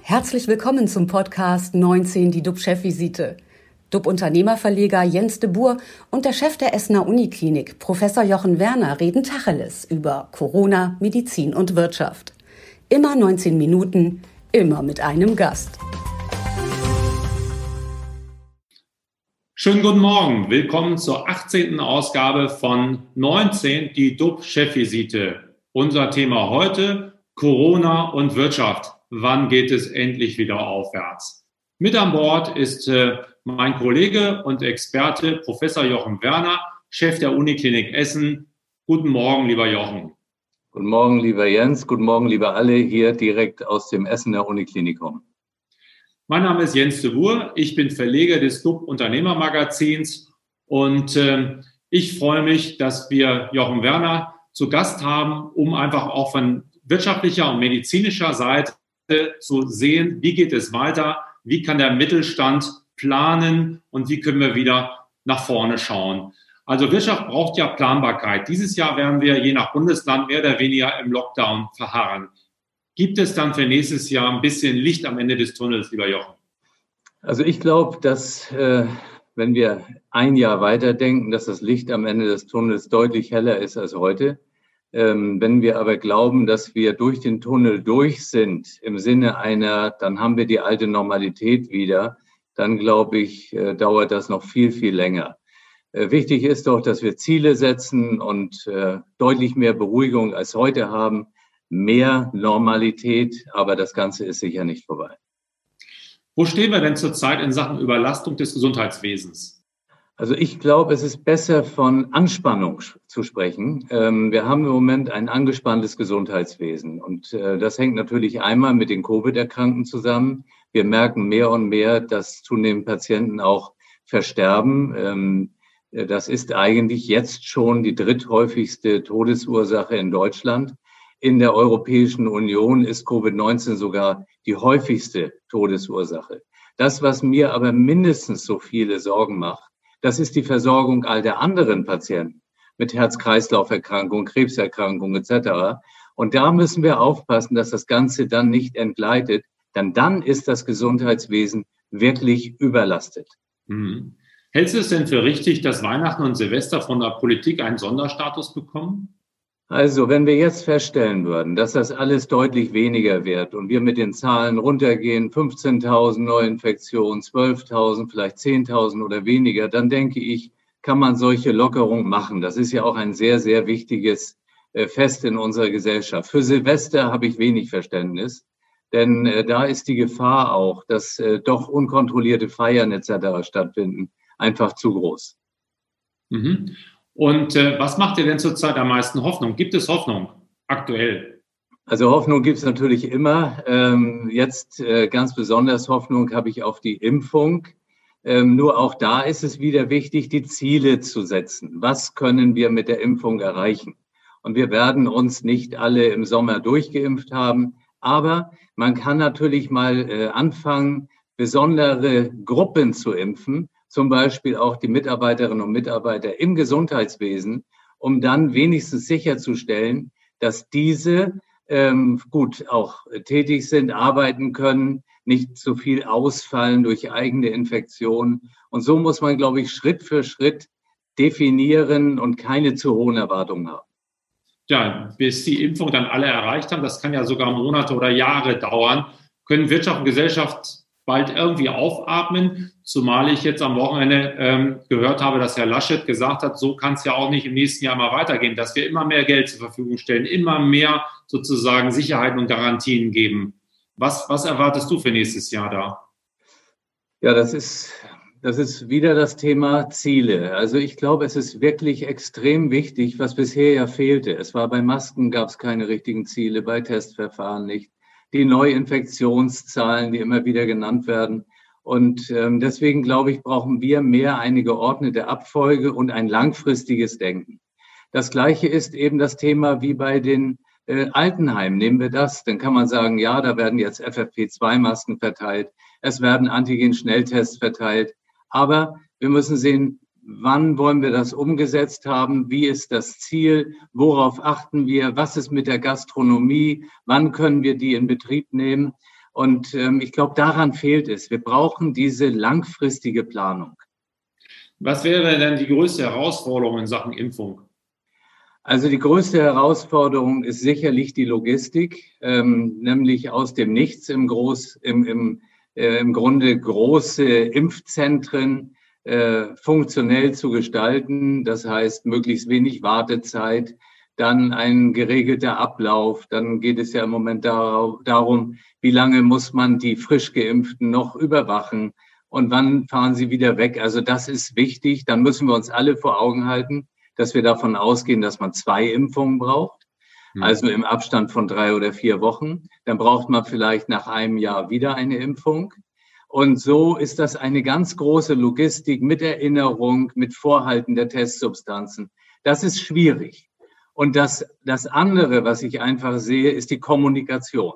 Herzlich willkommen zum Podcast 19, die DUB-Chefvisite. DUB-Unternehmerverleger Jens de Boer und der Chef der Essener Uniklinik, Professor Jochen Werner, reden Tacheles über Corona, Medizin und Wirtschaft. Immer 19 Minuten, immer mit einem Gast. Schönen guten Morgen, willkommen zur 18. Ausgabe von 19, die DUB-Chefvisite. Unser Thema heute, Corona und Wirtschaft. Wann geht es endlich wieder aufwärts? Mit an Bord ist mein Kollege und Experte Professor Jochen Werner, Chef der Uniklinik Essen. Guten Morgen, lieber Jochen. Guten Morgen, lieber Jens. Guten Morgen, lieber alle hier direkt aus dem Essener Uniklinikum. Mein Name ist Jens de Boer. Ich bin Verleger des DUB-Unternehmermagazins und ich freue mich, dass wir Jochen Werner zu Gast haben, um einfach auch von wirtschaftlicher und medizinischer Seite zu sehen, wie geht es weiter, wie kann der Mittelstand planen und wie können wir wieder nach vorne schauen. Also Wirtschaft braucht ja Planbarkeit. Dieses Jahr werden wir je nach Bundesland mehr oder weniger im Lockdown verharren. Gibt es dann für nächstes Jahr ein bisschen Licht am Ende des Tunnels, lieber Jochen? Also ich glaube, dass wenn wir ein Jahr weiterdenken, dass das Licht am Ende des Tunnels deutlich heller ist als heute. Wenn wir aber glauben, dass wir durch den Tunnel durch sind, im Sinne einer, dann haben wir die alte Normalität wieder, dann glaube ich, dauert das noch viel, viel länger. Wichtig ist doch, dass wir Ziele setzen und deutlich mehr Beruhigung als heute haben, mehr Normalität, aber das Ganze ist sicher nicht vorbei. Wo stehen wir denn zurzeit in Sachen Überlastung des Gesundheitswesens? Also ich glaube, es ist besser von Anspannung zu sprechen. Wir haben im Moment ein angespanntes Gesundheitswesen und das hängt natürlich einmal mit den Covid-Erkrankten zusammen. Wir merken mehr und mehr, dass zunehmend Patienten auch versterben. Das ist eigentlich jetzt schon die dritthäufigste Todesursache in Deutschland. In der Europäischen Union ist Covid-19 sogar die häufigste Todesursache. Das, was mir aber mindestens so viele Sorgen macht, das ist die Versorgung all der anderen Patienten mit Herz-Kreislauf-Erkrankungen, Krebserkrankungen etc. Und da müssen wir aufpassen, dass das Ganze dann nicht entgleitet, denn dann ist das Gesundheitswesen wirklich überlastet. Mhm. Hältst du es denn für richtig, dass Weihnachten und Silvester von der Politik einen Sonderstatus bekommen? Also, wenn wir jetzt feststellen würden, dass das alles deutlich weniger wird und wir mit den Zahlen runtergehen, 15.000 Neuinfektionen, 12.000, vielleicht 10.000 oder weniger, dann denke ich, kann man solche Lockerungen machen. Das ist ja auch ein sehr, sehr wichtiges Fest in unserer Gesellschaft. Für Silvester habe ich wenig Verständnis, denn da ist die Gefahr auch, dass doch unkontrollierte Feiern etc. stattfinden, einfach zu groß. Mhm. Und was macht dir denn zurzeit am meisten Hoffnung? Gibt es Hoffnung aktuell? Also Hoffnung gibt es natürlich immer. Jetzt ganz besonders Hoffnung habe ich auf die Impfung. Nur auch da ist es wieder wichtig, die Ziele zu setzen. Was können wir mit der Impfung erreichen? Und wir werden uns nicht alle im Sommer durchgeimpft haben. Aber man kann natürlich mal anfangen, besondere Gruppen zu impfen. Zum Beispiel auch die Mitarbeiterinnen und Mitarbeiter im Gesundheitswesen, um dann wenigstens sicherzustellen, dass diese gut auch tätig sind, arbeiten können, nicht zu viel ausfallen durch eigene Infektionen. Und so muss man, glaube ich, Schritt für Schritt definieren und keine zu hohen Erwartungen haben. Ja, bis die Impfung dann alle erreicht haben, das kann ja sogar Monate oder Jahre dauern, können Wirtschaft und Gesellschaft bald irgendwie aufatmen, zumal ich jetzt am Wochenende gehört habe, dass Herr Laschet gesagt hat, so kann es ja auch nicht im nächsten Jahr mal weitergehen, dass wir immer mehr Geld zur Verfügung stellen, immer mehr sozusagen Sicherheiten und Garantien geben. Was erwartest du für nächstes Jahr da? Ja, das ist wieder das Thema Ziele. Also ich glaube, es ist wirklich extrem wichtig, was bisher ja fehlte. Es war bei Masken gab es keine richtigen Ziele, bei Testverfahren nicht. Die Neuinfektionszahlen, die immer wieder genannt werden. Und deswegen, glaube ich, brauchen wir mehr eine geordnete Abfolge und ein langfristiges Denken. Das Gleiche ist eben das Thema wie bei den Altenheimen. Nehmen wir das, dann kann man sagen, ja, da werden jetzt FFP2-Masken verteilt, es werden Antigen-Schnelltests verteilt. Aber wir müssen sehen, wann wollen wir das umgesetzt haben? Wie ist das Ziel? Worauf achten wir? Was ist mit der Gastronomie? Wann können wir die in Betrieb nehmen? Und ich glaube, daran fehlt es. Wir brauchen diese langfristige Planung. Was wäre denn die größte Herausforderung in Sachen Impfung? Also die größte Herausforderung ist sicherlich die Logistik, nämlich aus dem Nichts im Grunde große Impfzentren funktionell zu gestalten. Das heißt, möglichst wenig Wartezeit, dann ein geregelter Ablauf. Dann geht es ja im Moment darum, wie lange muss man die frisch Geimpften noch überwachen und wann fahren sie wieder weg. Also das ist wichtig. Dann müssen wir uns alle vor Augen halten, dass wir davon ausgehen, dass man 2 Impfungen braucht, also im Abstand von 3 oder 4 Wochen. Dann braucht man vielleicht nach einem Jahr wieder eine Impfung. Und so ist das eine ganz große Logistik mit Erinnerung, mit Vorhalten der Testsubstanzen. Das ist schwierig. Und das andere, was ich einfach sehe, ist die Kommunikation.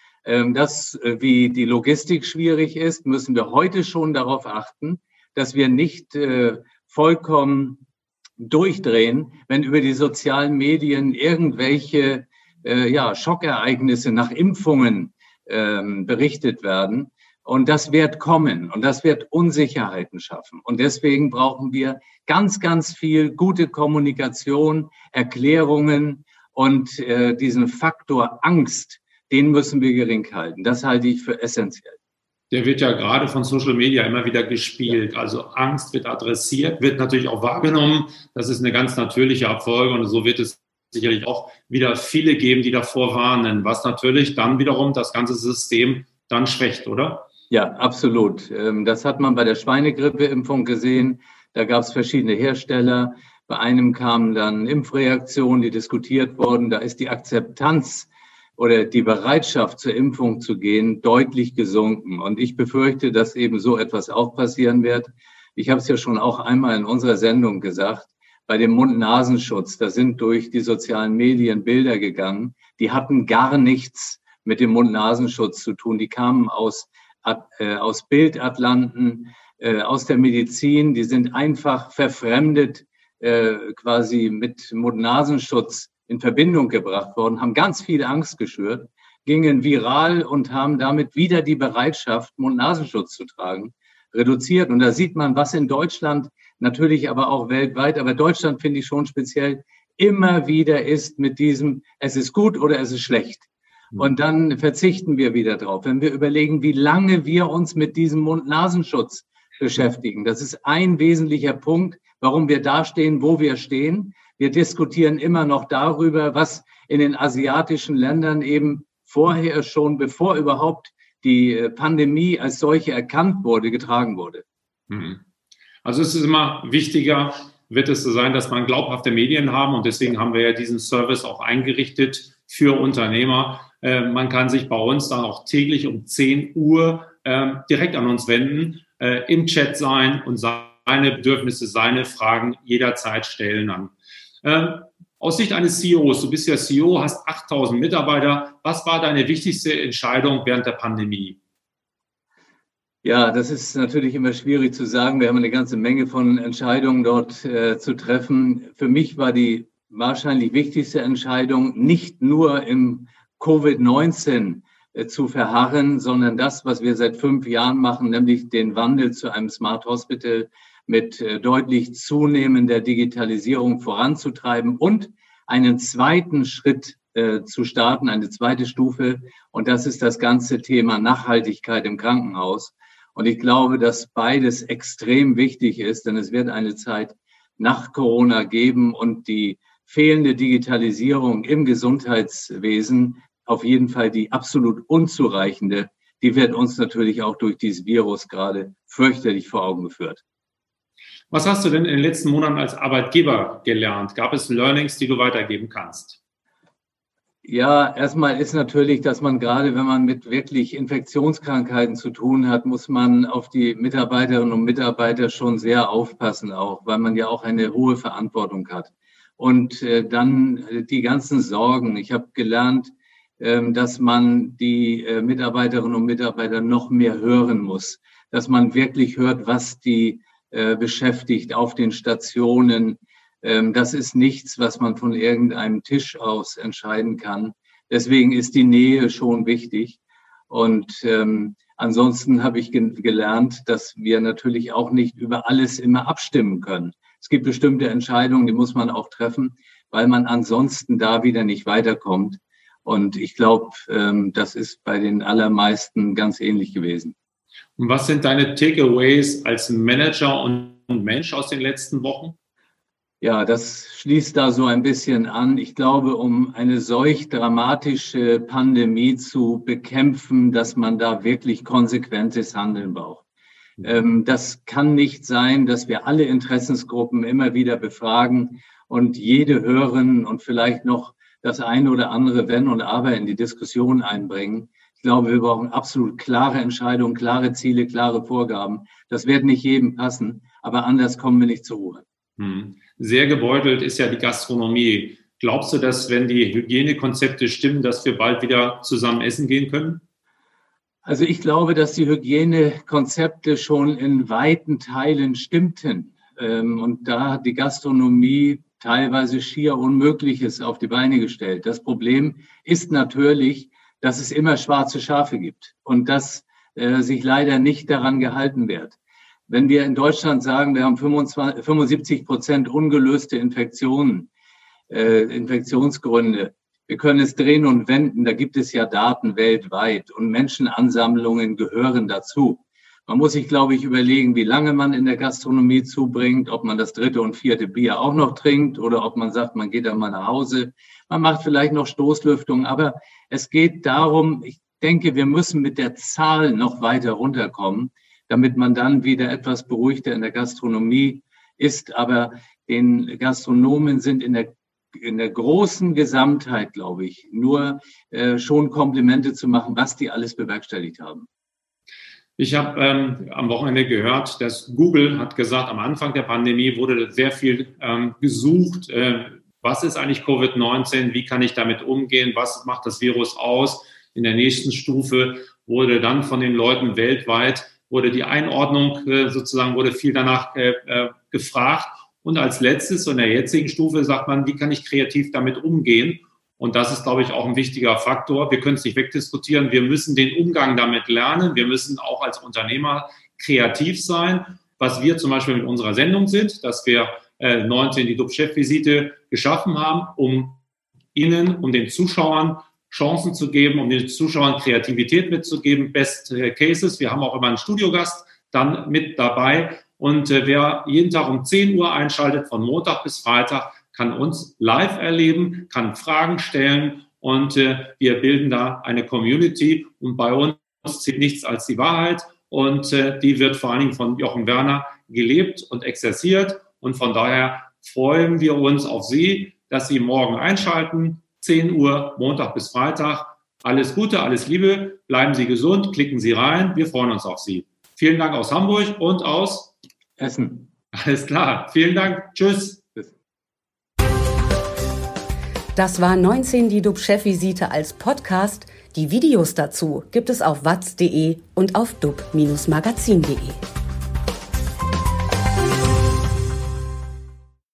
Wie die Logistik schwierig ist, müssen wir heute schon darauf achten, dass wir nicht vollkommen durchdrehen, wenn über die sozialen Medien irgendwelche Schockereignisse nach Impfungen berichtet werden. Und das wird kommen und das wird Unsicherheiten schaffen. Und deswegen brauchen wir ganz, ganz viel gute Kommunikation, Erklärungen und diesen Faktor Angst, den müssen wir gering halten. Das halte ich für essentiell. Der wird ja gerade von Social Media immer wieder gespielt. Also Angst wird adressiert, wird natürlich auch wahrgenommen. Das ist eine ganz natürliche Abfolge und so wird es sicherlich auch wieder viele geben, die davor warnen, was natürlich dann wiederum das ganze System dann schwächt, oder? Ja, absolut. Das hat man bei der Schweinegrippeimpfung gesehen. Da gab es verschiedene Hersteller. Bei einem kamen dann Impfreaktionen, die diskutiert wurden. Da ist die Akzeptanz oder die Bereitschaft zur Impfung zu gehen deutlich gesunken. Und ich befürchte, dass eben so etwas auch passieren wird. Ich habe es ja schon auch einmal in unserer Sendung gesagt, bei dem Mund-Nasenschutz, da sind durch die sozialen Medien Bilder gegangen, die hatten gar nichts mit dem Mund-Nasenschutz zu tun. Die kamen aus Bildatlanten, aus der Medizin, die sind einfach verfremdet, quasi mit Mund-Nasenschutz in Verbindung gebracht worden, haben ganz viel Angst geschürt, gingen viral und haben damit wieder die Bereitschaft, Mund-Nasenschutz zu tragen, reduziert. Und da sieht man, was in Deutschland, natürlich aber auch weltweit, aber Deutschland finde ich schon speziell, immer wieder ist mit diesem, es ist gut oder es ist schlecht. Und dann verzichten wir wieder drauf. Wenn wir überlegen, wie lange wir uns mit diesem Mund-Nasenschutz beschäftigen, das ist ein wesentlicher Punkt, warum wir da stehen, wo wir stehen. Wir diskutieren immer noch darüber, was in den asiatischen Ländern eben vorher schon, bevor überhaupt die Pandemie als solche erkannt wurde, getragen wurde. Also es ist immer wichtiger, wird es so sein, dass man glaubhafte Medien haben und deswegen haben wir ja diesen Service auch eingerichtet für Unternehmer. Man kann sich bei uns dann auch täglich um 10 Uhr direkt an uns wenden, im Chat sein und seine Bedürfnisse, seine Fragen jederzeit stellen an. Aus Sicht eines CEOs, du bist ja CEO, hast 8.000 Mitarbeiter. Was war deine wichtigste Entscheidung während der Pandemie? Ja, das ist natürlich immer schwierig zu sagen. Wir haben eine ganze Menge von Entscheidungen dort zu treffen. Für mich war die wahrscheinlich wichtigste Entscheidung, nicht nur im Covid-19 zu verharren, sondern das, was wir seit 5 Jahren machen, nämlich den Wandel zu einem Smart Hospital mit deutlich zunehmender Digitalisierung voranzutreiben und einen zweiten Schritt zu starten, eine zweite Stufe. Und das ist das ganze Thema Nachhaltigkeit im Krankenhaus. Und ich glaube, dass beides extrem wichtig ist, denn es wird eine Zeit nach Corona geben und die fehlende Digitalisierung im Gesundheitswesen, auf jeden Fall die absolut unzureichende, die wird uns natürlich auch durch dieses Virus gerade fürchterlich vor Augen geführt. Was hast du denn in den letzten Monaten als Arbeitgeber gelernt? Gab es Learnings, die du weitergeben kannst? Ja, erstmal ist natürlich, dass man gerade, wenn man mit wirklich Infektionskrankheiten zu tun hat, muss man auf die Mitarbeiterinnen und Mitarbeiter schon sehr aufpassen, auch weil man ja auch eine hohe Verantwortung hat. Und dann die ganzen Sorgen. Ich habe gelernt, dass man die Mitarbeiterinnen und Mitarbeiter noch mehr hören muss, dass man wirklich hört, was die beschäftigt auf den Stationen. Das ist nichts, was man von irgendeinem Tisch aus entscheiden kann. Deswegen ist die Nähe schon wichtig. Und ansonsten habe ich gelernt, dass wir natürlich auch nicht über alles immer abstimmen können. Es gibt bestimmte Entscheidungen, die muss man auch treffen, weil man ansonsten da wieder nicht weiterkommt. Und ich glaube, das ist bei den allermeisten ganz ähnlich gewesen. Und was sind deine Takeaways als Manager und Mensch aus den letzten Wochen? Ja, das schließt da so ein bisschen an. Ich glaube, um eine solch dramatische Pandemie zu bekämpfen, dass man da wirklich konsequentes Handeln braucht. Das kann nicht sein, dass wir alle Interessensgruppen immer wieder befragen und jede hören und vielleicht noch das eine oder andere Wenn und Aber in die Diskussion einbringen. Ich glaube, wir brauchen absolut klare Entscheidungen, klare Ziele, klare Vorgaben. Das wird nicht jedem passen, aber anders kommen wir nicht zur Ruhe. Sehr gebeutelt ist ja die Gastronomie. Glaubst du, dass, wenn die Hygienekonzepte stimmen, dass wir bald wieder zusammen essen gehen können? Also ich glaube, dass die Hygienekonzepte schon in weiten Teilen stimmten. Und da hat die Gastronomie teilweise schier Unmögliches auf die Beine gestellt. Das Problem ist natürlich, dass es immer schwarze Schafe gibt und dass sich leider nicht daran gehalten wird. Wenn wir in Deutschland sagen, wir haben 75% ungelöste Infektionen, Infektionsgründe, wir können es drehen und wenden, da gibt es ja Daten weltweit und Menschenansammlungen gehören dazu. Man muss sich, glaube ich, überlegen, wie lange man in der Gastronomie zubringt, ob man das 3. und 4. Bier auch noch trinkt oder ob man sagt, man geht dann mal nach Hause. Man macht vielleicht noch Stoßlüftung, aber es geht darum, ich denke, wir müssen mit der Zahl noch weiter runterkommen, damit man dann wieder etwas beruhigter in der Gastronomie ist. Aber den Gastronomen sind in der großen Gesamtheit, glaube ich, nur schon Komplimente zu machen, was die alles bewerkstelligt haben. Ich habe am Wochenende gehört, dass Google hat gesagt, am Anfang der Pandemie wurde sehr viel gesucht. Was ist eigentlich Covid-19? Wie kann ich damit umgehen? Was macht das Virus aus? In der nächsten Stufe wurde dann von den Leuten weltweit, wurde die Einordnung sozusagen, wurde viel danach gefragt. Und als letztes, in der jetzigen Stufe, sagt man, wie kann ich kreativ damit umgehen? Und das ist, glaube ich, auch ein wichtiger Faktor. Wir können es nicht wegdiskutieren. Wir müssen den Umgang damit lernen. Wir müssen auch als Unternehmer kreativ sein. Was wir zum Beispiel mit unserer Sendung sind, dass wir 19 die DUB-Chefvisite geschaffen haben, um den Zuschauern Chancen zu geben, um den Zuschauern Kreativität mitzugeben, Best Cases. Wir haben auch immer einen Studiogast dann mit dabei. Und wer jeden Tag um 10 Uhr einschaltet, von Montag bis Freitag, kann uns live erleben, kann Fragen stellen und wir bilden da eine Community und bei uns zählt nichts als die Wahrheit und die wird vor allen Dingen von Jochen Werner gelebt und exerziert und von daher freuen wir uns auf Sie, dass Sie morgen einschalten, 10 Uhr, Montag bis Freitag. Alles Gute, alles Liebe, bleiben Sie gesund, klicken Sie rein, wir freuen uns auf Sie. Vielen Dank aus Hamburg und aus Essen. Alles klar, vielen Dank, tschüss. Das war 19 die DUB-Chefvisite als Podcast. Die Videos dazu gibt es auf watz.de und auf dub-magazin.de.